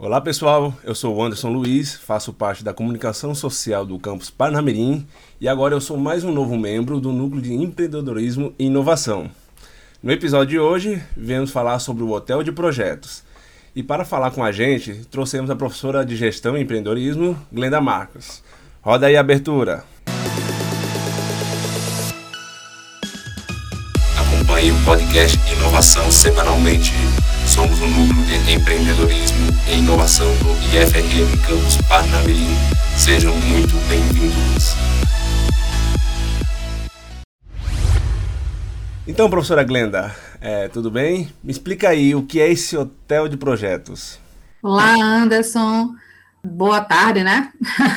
Olá pessoal, eu sou o Anderson Luiz, faço parte da comunicação social do campus Parnamirim e agora eu sou mais um novo membro do Núcleo de Empreendedorismo e Inovação. No episódio de hoje, viemos falar sobre o Hotel de Projetos. E para falar com a gente, trouxemos a professora de Gestão e Empreendedorismo, Glenda Marcos. Roda aí a abertura. Acompanhe o podcast Inovação semanalmente. Somos o Núcleo de Empreendedorismo e Inovação do IFRM Campus Parnamirim. Sejam muito bem-vindos. Então, professora Glenda, tudo bem? Me explica aí o que é esse Hotel de Projetos. Olá, Anderson. Boa tarde, né?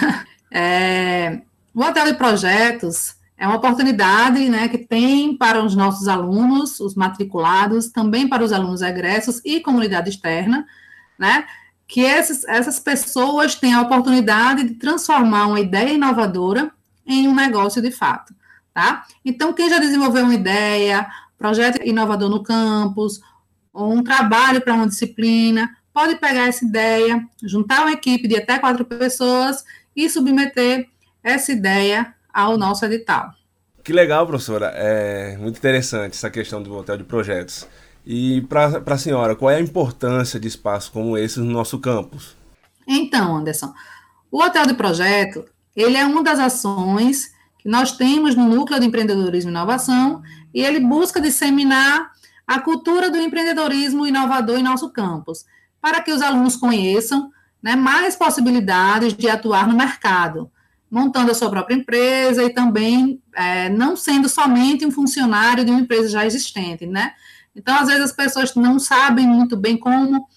O Hotel de Projetos é uma oportunidade, né, que tem para os nossos alunos, os matriculados, também para os alunos egressos e comunidade externa, né, que essas pessoas têm a oportunidade de transformar uma ideia inovadora em um negócio de fato, tá? Então, quem já desenvolveu uma ideia, projeto inovador no campus, ou um trabalho para uma disciplina, pode pegar essa ideia, juntar uma equipe de até 4 pessoas e submeter essa ideia ao nosso edital. Que legal, professora. É muito interessante essa questão do hotel de projetos. E para a senhora, qual é a importância de espaços como esse no nosso campus? Então, Anderson, o hotel de projeto, ele é uma das ações que nós temos no Núcleo de Empreendedorismo e Inovação e ele busca disseminar a cultura do empreendedorismo inovador em nosso campus, para que os alunos conheçam, né, mais possibilidades de atuar no mercado, montando a sua própria empresa e também não sendo somente um funcionário de uma empresa já existente, né? Então, às vezes, as pessoas não sabem muito bem como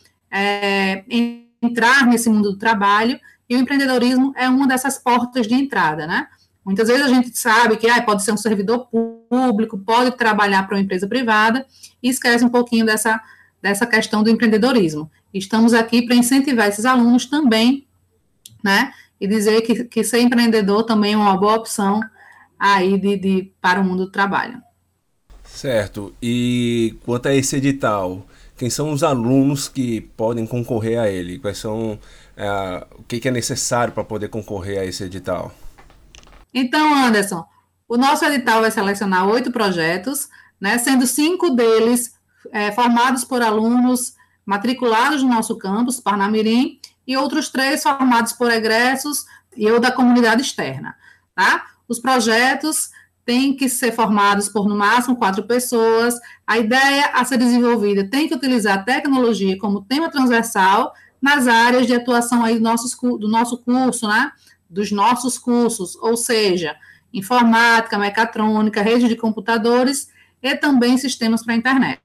entrar nesse mundo do trabalho e o empreendedorismo é uma dessas portas de entrada, né? Muitas vezes a gente sabe que pode ser um servidor público, pode trabalhar para uma empresa privada e esquece um pouquinho dessa questão do empreendedorismo. Estamos aqui para incentivar esses alunos também, né? E dizer que ser empreendedor também é uma boa opção aí para o mundo do trabalho. Certo. E quanto a esse edital, quem são os alunos que podem concorrer a ele? Quais são, o que é necessário para poder concorrer a esse edital? Então, Anderson, o nosso edital vai selecionar 8 projetos, né, sendo 5 deles formados por alunos matriculados no nosso campus, Parnamirim, e outros 3 formados por egressos e eu da comunidade externa, tá? Os projetos têm que ser formados por, no máximo, 4 pessoas, a ideia a ser desenvolvida tem que utilizar a tecnologia como tema transversal nas áreas de atuação aí do nosso curso, né? Dos nossos cursos, ou seja, informática, mecatrônica, rede de computadores e também sistemas para a internet.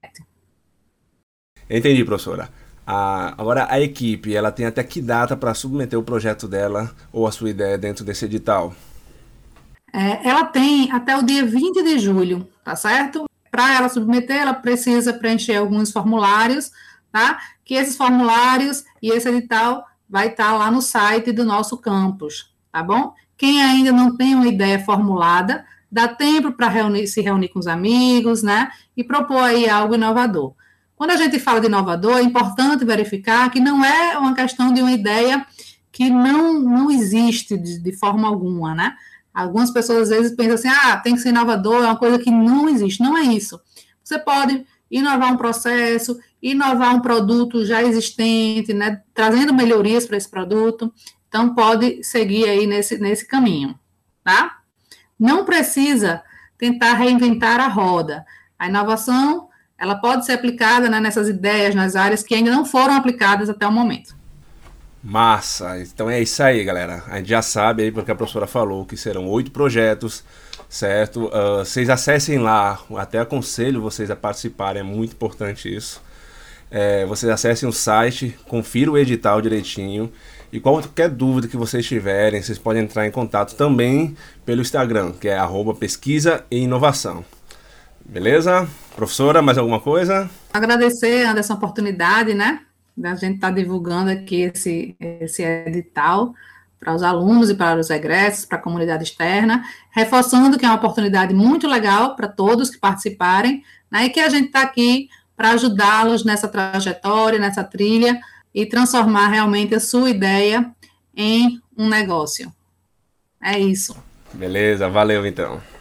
Entendi, professora. Agora, a equipe, ela tem até que data para submeter o projeto dela ou a sua ideia dentro desse edital? Ela tem até o dia 20 de julho, tá certo? Para ela submeter, ela precisa preencher alguns formulários, tá? Que esses formulários e esse edital vai estar lá no site do nosso campus, tá bom? Quem ainda não tem uma ideia formulada, dá tempo para se reunir com os amigos, né? E propor aí algo inovador. Quando a gente fala de inovador, é importante verificar que não é uma questão de uma ideia que não existe de forma alguma, né? Algumas pessoas, às vezes, pensam assim, tem que ser inovador, é uma coisa que não existe. Não é isso. Você pode inovar um processo, inovar um produto já existente, né? Trazendo melhorias para esse produto. Então, pode seguir aí nesse caminho, tá? Não precisa tentar reinventar a roda. A inovação ela pode ser aplicada, né, nessas ideias, nas áreas que ainda não foram aplicadas até o momento. Massa! Então é isso aí, galera. A gente já sabe aí, porque a professora falou que serão 8 projetos, certo? Vocês acessem lá, até aconselho vocês a participarem, é muito importante isso. Vocês acessem o site, confiram o edital direitinho e qualquer dúvida que vocês tiverem, vocês podem entrar em contato também pelo Instagram, que é @pesquisa e inovação. Beleza? Professora, mais alguma coisa? Agradecer, Anderson, a oportunidade, né? Da gente estar divulgando aqui esse edital para os alunos e para os egressos, para a comunidade externa, reforçando que é uma oportunidade muito legal para todos que participarem, né? E que a gente está aqui para ajudá-los nessa trajetória, nessa trilha, e transformar realmente a sua ideia em um negócio. É isso. Beleza, valeu então.